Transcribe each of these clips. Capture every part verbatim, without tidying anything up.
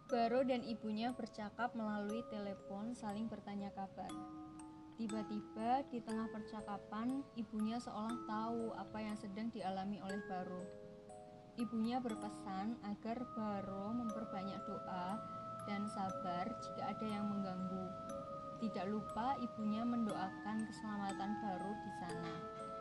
Baro dan ibunya bercakap melalui telepon, saling bertanya kabar. Tiba-tiba di tengah percakapan, ibunya seolah tahu apa yang sedang dialami oleh Baro. Ibunya berpesan agar Baro memperbanyak doa dan sabar jika ada yang mengganggu. Tidak lupa ibunya mendoakan keselamatan Baro di sana.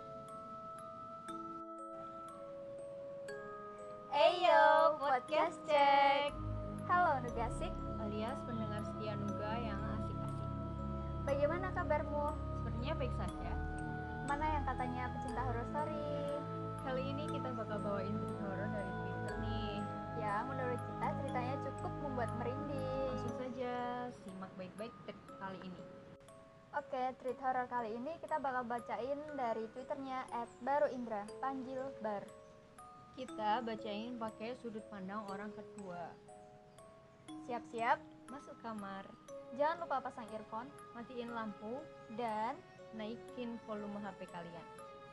Eyo, podcast cek. Halo Nugasik, Alias pendengar setia Nuga yang asik-asik. bagaimana kabarmu? Sepertinya baik saja. Mana yang katanya pecinta horror story? Kali ini kita bakal bawain cerita horor dari Twitter nih. Ya, menurut kita ceritanya cukup membuat merinding. Langsung saja simak baik-baik trik kali ini. Oke, treat horror kali ini kita bakal bacain dari twitternya at baruindra, panggil bar. Kita bacain pakai sudut pandang orang kedua. Siap-siap, Masuk kamar, jangan lupa pasang earphone matiin lampu, dan naikin volume H P kalian.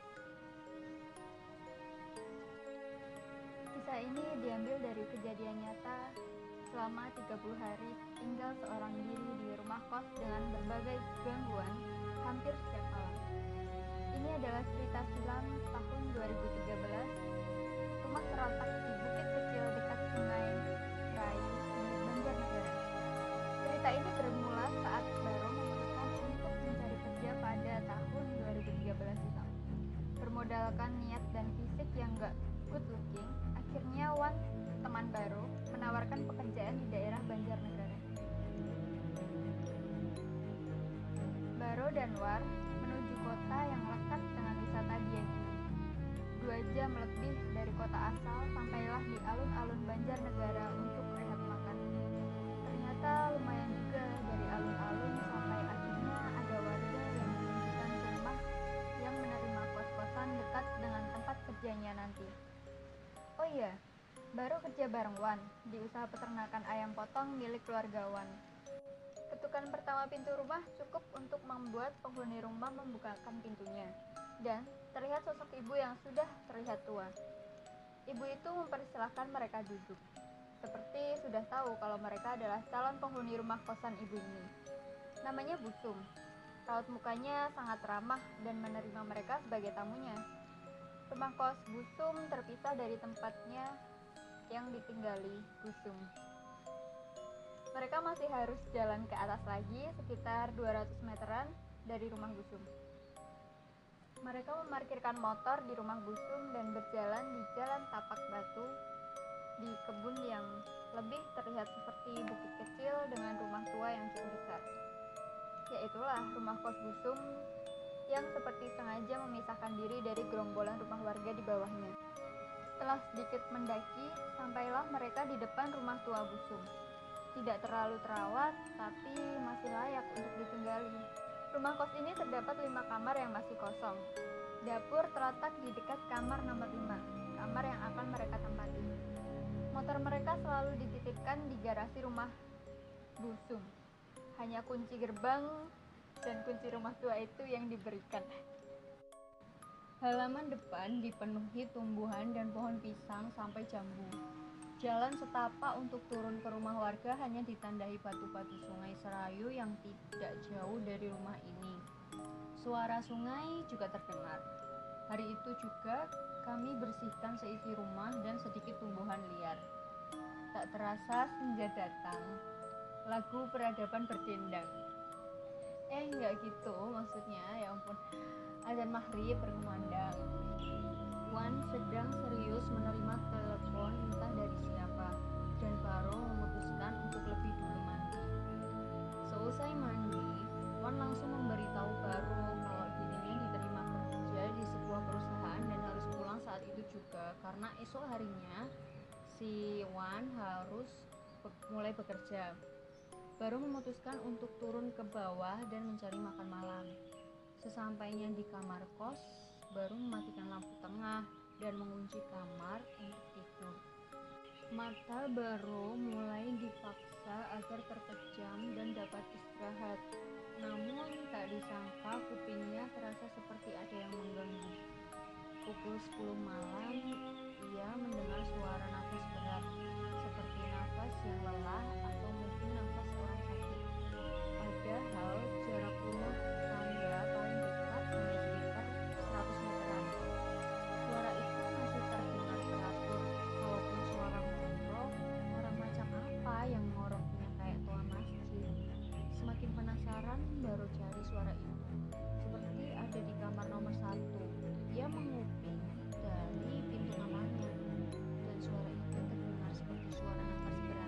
kisah ini diambil dari kejadian nyata. Selama tiga puluh hari tinggal seorang diri di rumah kos dengan berbagai gangguan hampir setiap malam. Ini adalah cerita silam tahun dua ribu tiga belas. Rumah terletak di bukit kecil dekat sungai Rayu di Banjarnegara. Cerita ini bermula saat Baro memutuskan untuk mencari kerja pada tahun dua ribu tiga belas itu. Bermodalkan niat dan fisik yang gak good looking, akhirnya Wan, teman Baro, menawarkan pekerjaan di daerah Banjarnegara. Baro dan War menuju kota yang lekat dengan wisata Dieng ini. Dua jam lebih dari kota asal, sampailah di alun-alun Banjarnegara untuk rehat makan. Ternyata lumayan juga dari alun-alun sampai akhirnya ada warga yang menunjukkan rumah yang menerima kos-kosan dekat dengan tempat kerjanya nanti. Oh iya, baru kerja bareng Wan di usaha peternakan ayam potong milik keluarga Wan. Ketukan pertama pintu rumah cukup untuk membuat penghuni rumah membukakan pintunya. Dan terlihat sosok ibu yang sudah terlihat tua. Ibu itu mempersilahkan mereka duduk. Seperti sudah tahu kalau mereka adalah calon penghuni rumah kosan ibu ini. Namanya Busum. Raut mukanya sangat ramah dan menerima mereka sebagai tamunya. Rumah kos Busum terpisah dari tempatnya yang ditinggali Busum. Mereka masih harus jalan ke atas lagi sekitar dua ratus meteran dari rumah Busum. Mereka memarkirkan motor di rumah Busum dan berjalan di jalan tapak batu di kebun yang lebih terlihat seperti bukit kecil dengan rumah tua yang cukup besar. Yaitulah rumah kos Busum yang seperti sengaja memisahkan diri dari gerombolan rumah warga di bawahnya. Setelah sedikit mendaki, sampailah mereka di depan rumah tua Busum. Tidak terlalu terawat, tapi masih layak untuk ditinggali. Rumah kos ini terdapat lima kamar yang masih kosong. Dapur terletak di dekat kamar nomor lima, kamar yang akan mereka tempati. Motor mereka selalu dititipkan di garasi rumah Busum. Hanya kunci gerbang dan kunci rumah tua itu yang diberikan. Halaman depan dipenuhi tumbuhan dan pohon pisang sampai jambu. Jalan setapak untuk turun ke rumah warga hanya ditandai batu-batu sungai Serayu yang tidak jauh dari rumah ini. Suara sungai juga terdengar. Hari itu juga kami bersihkan seisi rumah dan sedikit tumbuhan liar. Tak terasa senja datang. Lagu peradaban berdendang. Eh enggak gitu maksudnya, ya ampun. Azan maghrib berkumandang. Wan sedang serius menerima telepon entah dari siapa, dan Baro memutuskan untuk lebih dulu mandi. Seusai mandi, Wan langsung memberitahu Baro kalau dirinya diterima kerja di sebuah perusahaan dan harus pulang saat itu juga karena esok harinya si Wan harus be- mulai bekerja. Baro memutuskan untuk turun ke bawah dan mencari makan malam. Sesampainya di kamar kos, Baro mematikan lampu tengah dan mengunci kamar untuk tidur. Mata Baro mulai dipaksa agar terpejam dan dapat istirahat. Namun tak disangka kupingnya terasa seperti ada yang mengganggu. Pukul sepuluh malam, ia mendengar suara nafas berat, seperti nafas yang lelah yang ngoroknya kayak tua masjid. Semakin penasaran, baru cari suara itu. Seperti ada di kamar nomor satu. Ia menguping dari pintu kamarnya, dan suara itu terdengar seperti suara nafas berat.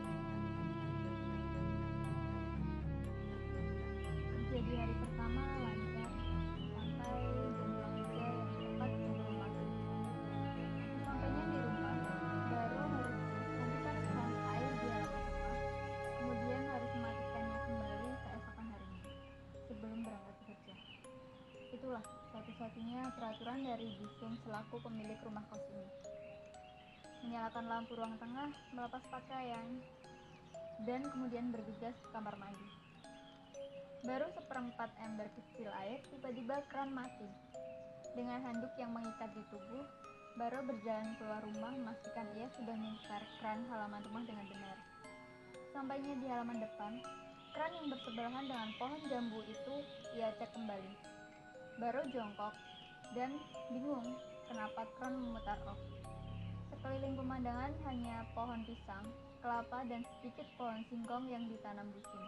Kerja di hari pertama lancar sampai jam pulang kerja yang tepat sebelum maghrib. Sesampainya di rumah, baru harus membuka keran air di halaman rumah, kemudian harus mematikannya kembali keesokan harinya sebelum berangkat bekerja. Itulah satu-satunya peraturan dari Bisum selaku pemilik rumah kos ini. Menyalakan lampu ruang tengah, melepas pakaian, dan kemudian bergegas ke kamar mandi. Baru seperempat ember kecil air, tiba-tiba keran mati. Dengan handuk yang mengikat di tubuh, Baro berjalan keluar rumah memastikan ia sudah memutar keran halaman rumah dengan benar. Sampainya di halaman depan, keran yang bersebelahan dengan pohon jambu itu ia cek kembali. Baro jongkok dan bingung kenapa keran memutar off. Sekeliling pemandangan hanya pohon pisang, kelapa, dan sedikit pohon singkong yang ditanam Busim.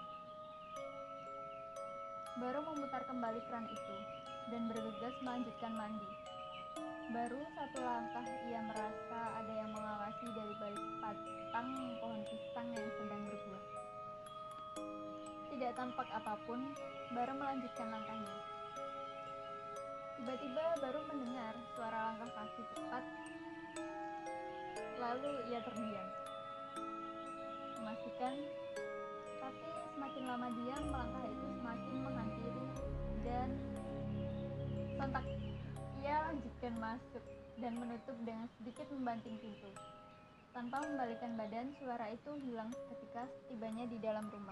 Baru memutar kembali keran itu dan bergegas melanjutkan mandi. Baru satu langkah ia merasa ada yang mengawasi dari balik batang pohon pisang yang sedang berbuah. Tidak tampak apapun, baru melanjutkan langkahnya. Tiba-tiba baru mendengar suara langkah kaki cepat, lalu ia terdiam. Memastikan, tapi semakin lama diam, langkah itu semakin menghampiri dan sontak ia lanjutkan masuk dan menutup dengan sedikit membanting pintu. Tanpa membalikkan badan, suara itu hilang ketika tibanya di dalam rumah.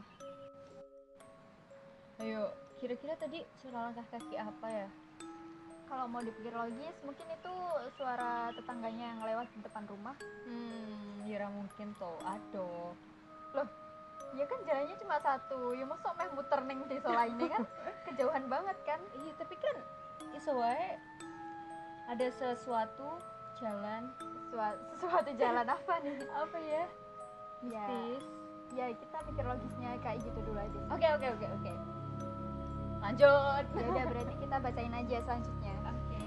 Ayo, kira-kira tadi suara langkah kaki apa ya? Kalau mau dipikir logis, mungkin itu suara tetangganya yang lewat di depan rumah. Hmm, ya mungkin tuh, aduh. Loh, ya kan jalannya cuma satu, ya masa meh muter ning desa lainnya kan kejauhan banget kan. Iya, tapi kan iso wae ada sesuatu jalan, Sesuatu, sesuatu jalan apa nih? apa ya? Ya, Mistis. ya kita mikir logisnya kayak gitu dulu aja. Oke, oke, oke, oke. Lanjut. Ya udah, berarti kita bacain aja selanjutnya. Oke.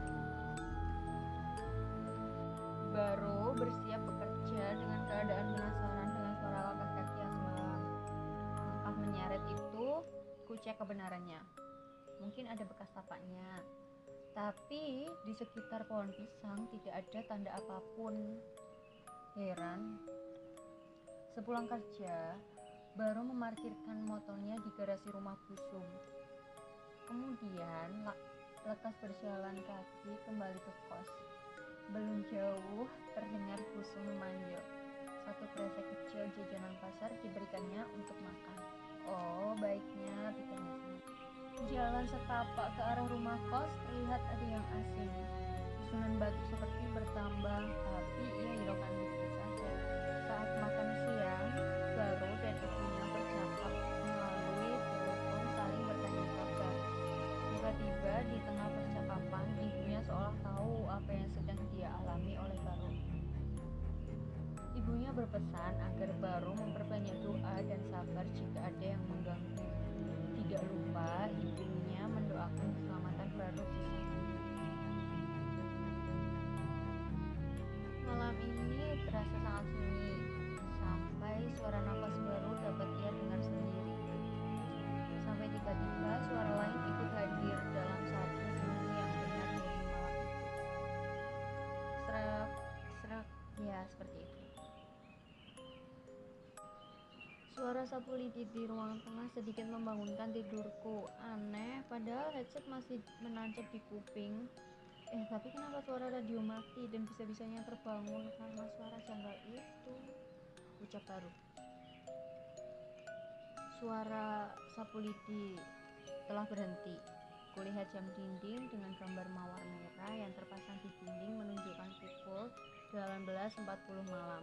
Baru bersiap bekerja dengan keadaan penasaran dengan suara langkah kaki yang semalam. Langkah menyeret itu, kucek kebenarannya. Mungkin ada bekas tapaknya. Tapi di sekitar pohon pisang tidak ada tanda apapun. Heran. Sepulang kerja, baru memarkirkan motornya di garasi rumah Busum. Kemudian lekas berjalan kaki kembali ke kos. Belum jauh terdengar Busum memanggil. Satu kresek kecil jajanan pasar diberikannya untuk makan. Oh, baiknya, pikirnya. Jalan setapak ke arah rumah kos terlihat ada yang asing. Susunan batu seperti bertambah, tapi ia hiraukan begitu saja. Saat makan siang, Baro dan ibunya bercakap melalui telepon saling bertanya kabar. Tiba-tiba di tengah percakapan, ibunya seolah tahu apa yang sedang dia alami oleh Baro. Ibunya berpesan agar Baro memperbanyak doa dan sabar jika ada yang mengganggu. Tidak lupa, ibunya mendoakan keselamatan Baro di sana. Malam ini terasa sangat sunyi, sampai suara nafas Baro dapat ia dengar sendiri. Sampai tiba-tiba suara lain ikut hadir dalam satu sunyi yang benar dari malam itu. Serak, serak, ya seperti itu. Suara sapu lidi di ruang tengah sedikit membangunkan tidurku. Aneh, padahal headset masih menancap di kuping. Eh, tapi kenapa suara radio mati dan bisa-bisanya terbangun karena suara janggal itu? Ucap Baro. Suara sapu lidi telah berhenti. Kulihat jam dinding dengan gambar mawar merah yang terpasang di dinding menunjukkan pukul delapan belas empat puluh malam.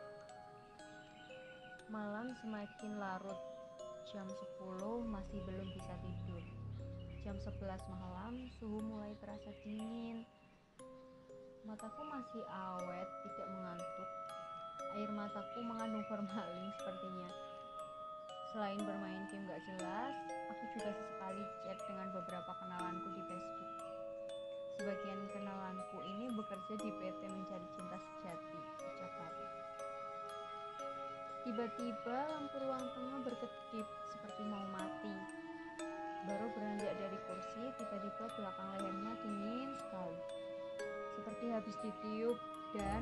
Malam semakin larut. Jam sepuluh masih belum bisa tidur. Jam sebelas malam suhu mulai terasa dingin. Mataku masih awet, tidak mengantuk. Air mata rasaku mengandung formalin sepertinya. Selain bermain game gak jelas, aku juga sesekali chat dengan beberapa kenalanku di Facebook. Sebagian kenalanku ini bekerja di P T Mencari Cinta Sejati, Jakarta. Tiba-tiba lampu ruang tengah berkedip seperti mau mati. Baru beranjak dari kursi, tiba-tiba belakang lehernya dingin sekali, seperti habis ditiup, dan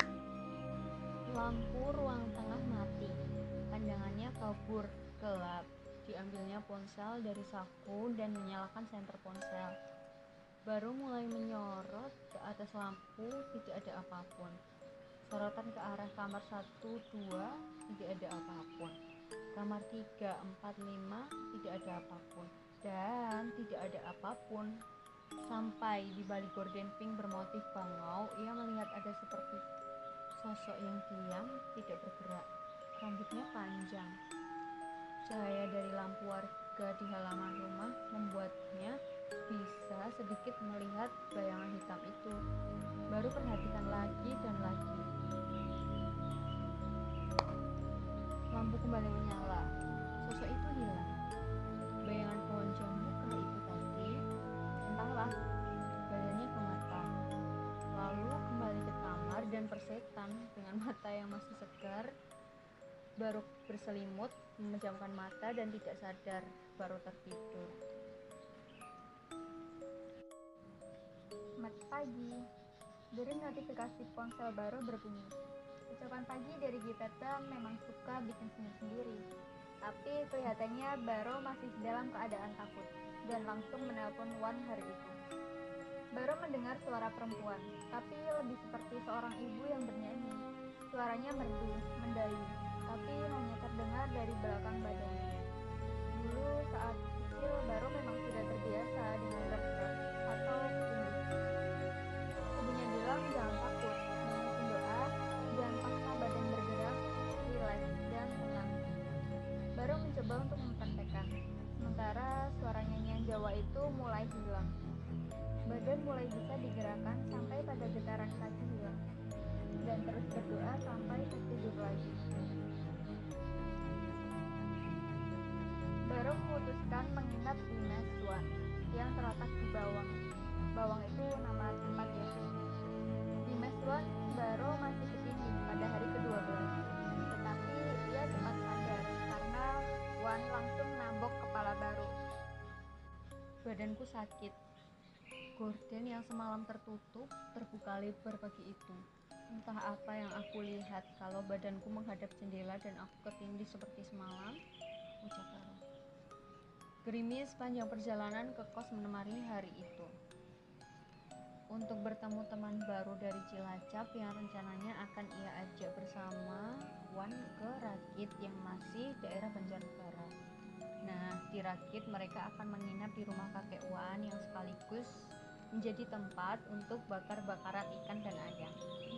lampu ruang tengah mati. Pandangannya kabur, gelap. Diambilnya ponsel dari saku dan menyalakan senter ponsel. Baru mulai menyorot ke atas lampu, tidak ada apapun. Sorotan ke arah kamar satu, dua, tidak ada apapun. Kamar tiga, empat, lima, tidak ada apapun. Dan tidak ada apapun. Sampai di balik gorden pink bermotif bangau, ia melihat ada seperti sosok yang diam, tidak bergerak. Rambutnya panjang. Cahaya dari lampu warga di halaman rumah membuatnya bisa sedikit melihat bayangan hitam itu. Baru perhatikan lagi dan lagi. Lampu kembali menyala. Sosok itu hilang. Bayangan pohon jambu kah itu tadi? Entahlah. Badannya gemetar. Lalu kembali ke kamar dan persetan dengan mata yang masih segar, baru berselimut, memejamkan mata dan tidak sadar, baru tertidur. Selamat pagi. Dering notifikasi ponsel baru berbunyi. Ucapan pagi dari gebetan memang suka bikin senyum sendiri. Tapi kelihatannya Baro masih dalam keadaan takut dan langsung menelpon Wan hari itu. Baro mendengar suara perempuan, tapi lebih seperti seorang ibu yang bernyanyi. Suaranya merdu, mendayu, tapi hanya terdengar dari belakang badannya. Dulu saat kecil Baro memang sudah terbiasa dengan rep-rep atau tunduk. Ibunya bilang jangan takut, banyakin doa, jangan paksa badan bergerak, rileks dan tenang. Baro mencoba untuk mempraktekkan, sementara suara nyanyian Jawa itu mulai hilang. Badan mulai bisa digerakkan sampai pada getaran kaki hilang, dan terus berdoa sampai tertidur lagi. Baro memutuskan menginap di Mes Wan yang terletak di Bawang. Bawang itu nama tempat ya. Di Mes Wan, Baro masih ketindih pada hari kedua belas, tetapi ia cepat sadar karena Wan langsung nabok kepala Baro. Badanku sakit. Gorden yang semalam tertutup terbuka lebar pagi itu. Entah apa yang aku lihat kalau badanku menghadap jendela dan aku ketindih seperti semalam, ucap Baro. Gerimis panjang perjalanan ke kos menemani hari itu. Untuk bertemu teman baru dari Cilacap yang rencananya akan ia ajak bersama Wan ke Rakit yang masih daerah Banjarnegara. Nah, di Rakit mereka akan menginap di rumah kakek Wan yang sekaligus menjadi tempat untuk bakar-bakaran ikan dan ayam.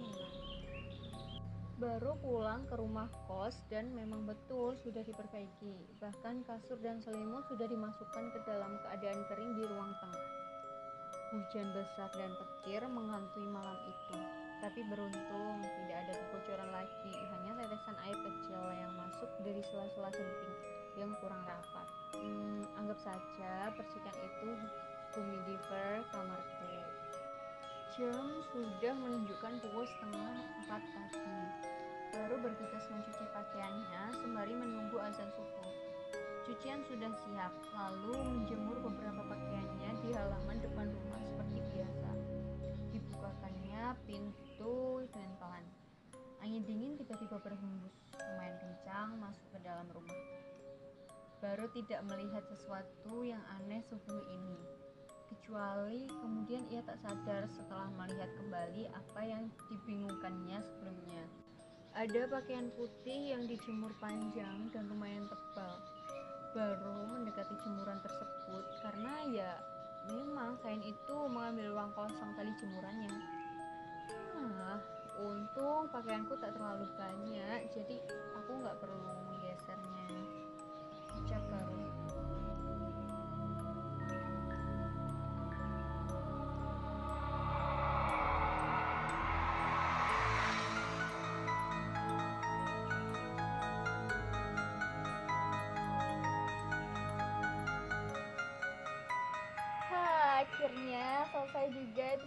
Baru pulang ke rumah kos dan memang betul sudah diperbaiki. Bahkan kasur dan selimut sudah dimasukkan ke dalam keadaan kering di ruang tengah. Hujan besar dan petir menghantui malam itu. Tapi beruntung tidak ada kebocoran lagi, hanya tetesan air kecil yang masuk dari sela-sela genting yang kurang rapat. Hmm, anggap saja percikan itu humidifier kamarku. Jam sudah menunjukkan pukul setengah empat pagi. Baru bergegas mencuci pakaiannya sembari menunggu azan subuh. Cucian sudah siap, lalu menjemur beberapa pakaiannya di halaman depan rumah seperti biasa. Dibukakannya pintu dengan pelan. Angin dingin tiba-tiba berhembus lumayan kencang masuk ke dalam rumah. Baru tidak melihat sesuatu yang aneh subuh ini. Kecuali kemudian ia tak sadar setelah melihat kembali apa yang dibingungkannya sebelumnya. Ada pakaian putih yang dijemur panjang dan lumayan tebal. Baru mendekati jemuran tersebut karena ya memang kain itu mengambil ruang kosong tali jemurannya. Nah, untung pakaianku tak terlalu banyak, jadi aku nggak perlu menggesernya. Ucap Baru.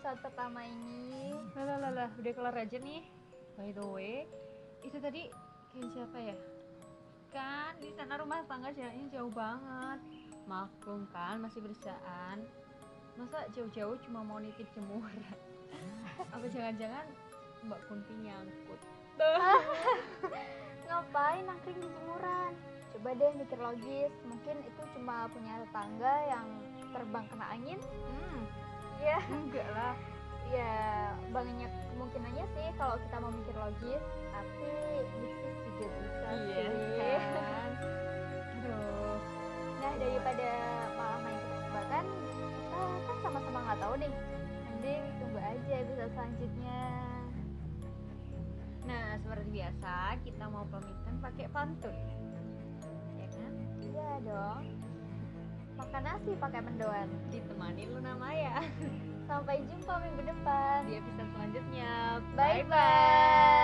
episode pertama ini. Lah lah lah, lah, udah kelar aja nih. By the way, itu tadi kayak siapa ya? Kan di sana rumah tangga jaraknya jauh banget. Maklum kan masih berdesaan. Masa jauh-jauh cuma mau nitip jemuran? Apa jangan-jangan Mbak Kunti nyangkut? Ngapain nangkring di jemuran? Coba deh mikir logis, mungkin itu cuma punya tetangga yang terbang kena angin. Hmm, Ya, enggak lah. ya banyak kemungkinannya sih kalau kita mau mikir logis, tapi mistis juga bisa Iya sih. kan? Aduh. Nah, daripada malah main ketebak-tebakan, kita kan sama-sama nggak tahu nih. Mending tunggu aja episode selanjutnya. Nah, seperti biasa kita mau pamitan pakai pantun. Ya kan? Iya dong. Makan nasi pakai mendoan. Ditemani Luna Maya Sampai jumpa minggu depan. di episode selanjutnya. Bye bye.